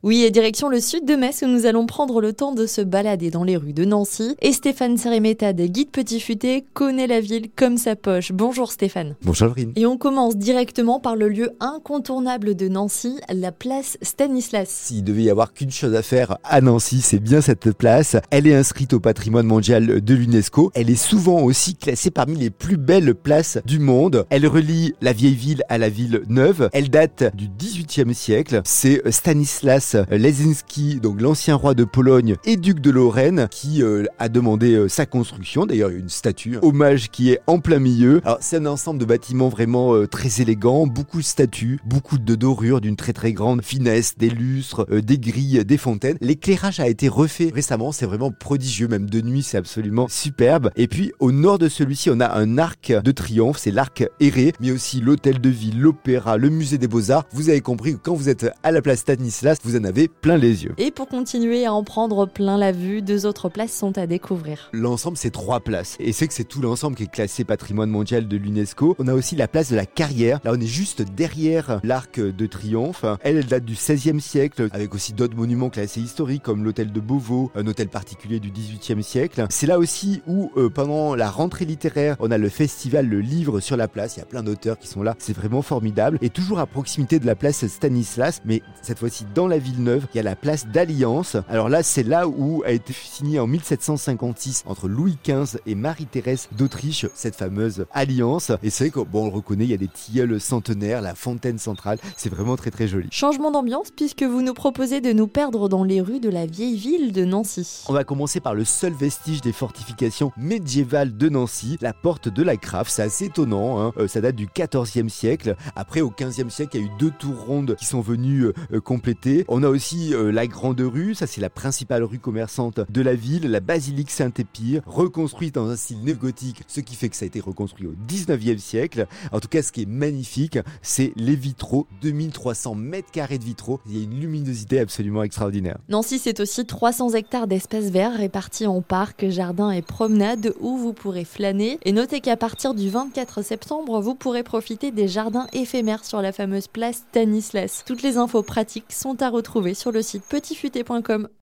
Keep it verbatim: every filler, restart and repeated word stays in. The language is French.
Oui, et direction le sud de Metz où nous allons prendre le temps de se balader dans les rues de Nancy. Et Stéphane Séréméta des Guides Petit Futé connaît la ville comme sa poche. Bonjour Stéphane. Bonjour Laurine. Et on commence directement par le lieu incontournable de Nancy, la place Stanislas. S'il devait y avoir qu'une chose à faire à Nancy, c'est bien cette place. Elle est inscrite au patrimoine mondial de l'UNESCO. Elle est souvent aussi classée parmi les plus belles places du monde. Elle relie la vieille ville à la ville neuve. Elle date du dix-huitième siècle. C'est Stanislas Leszczynski, donc l'ancien roi de Pologne et duc de Lorraine, qui euh, a demandé euh, sa construction. D'ailleurs, il y a une statue, un hommage qui est en plein milieu. Alors, c'est un ensemble de bâtiments vraiment euh, très élégants, beaucoup de statues, beaucoup de dorures d'une très très grande finesse, des lustres, euh, des grilles, des fontaines. L'éclairage a été refait récemment, c'est vraiment prodigieux, même de nuit, c'est absolument superbe. Et puis, au nord de celui-ci, on a un arc de triomphe, c'est l'arc Héré, mais aussi l'hôtel de ville, l'opéra, le musée des Beaux-Arts. Vous avez compris que quand vous êtes à la place Stanislas, vous en avez plein les yeux. Et pour continuer à en prendre plein la vue, deux autres places sont à découvrir. L'ensemble, c'est trois places. Et c'est que c'est tout l'ensemble qui est classé patrimoine mondial de l'UNESCO. On a aussi la place de la Carrière. Là, on est juste derrière l'arc de triomphe. Elle, elle date du seizième siècle, avec aussi d'autres monuments classés historiques, comme l'hôtel de Beauvau, un hôtel particulier du dix-huitième siècle. C'est là aussi où, euh, pendant la rentrée littéraire, on a le festival Le Livre sur la place. Il y a plein d'auteurs qui sont là. C'est vraiment formidable. Et toujours à proximité de la place Stanislas, mais cette fois-ci dans la ville neuve, il y a la place d'Alliance. Alors là, c'est là où a été signée en mille sept cent cinquante-six entre Louis quinze et Marie-Thérèse d'Autriche, cette fameuse alliance. Et c'est vrai qu'on bon, on le reconnaît, il y a des tilleuls centenaires, la fontaine centrale, c'est vraiment très très joli. Changement d'ambiance puisque vous nous proposez de nous perdre dans les rues de la vieille ville de Nancy. On va commencer par le seul vestige des fortifications médiévales de Nancy, la porte de la Graffe. C'est assez étonnant, hein. euh, ça date du quatorzième siècle. Après, au quinzième siècle, il y a eu deux tours rondes qui sont venues euh, compléter. On a aussi euh, la Grande Rue, ça c'est la principale rue commerçante de la ville, la basilique Saint-Épire, reconstruite dans un style néo-gothique, ce qui fait que ça a été reconstruit au dix-neuvième siècle. En tout cas, ce qui est magnifique, c'est les vitraux, deux mille trois cents mètres carrés de vitraux. Il y a une luminosité absolument extraordinaire. Nancy, c'est aussi trois cents hectares d'espaces verts répartis en parcs, jardins et promenades où vous pourrez flâner. Et notez qu'à partir du vingt-quatre septembre, vous pourrez profiter des jardins éphémères sur la fameuse place Stanislas. Toutes les infos pratiques sont à retrouver sur le site petit futé point com.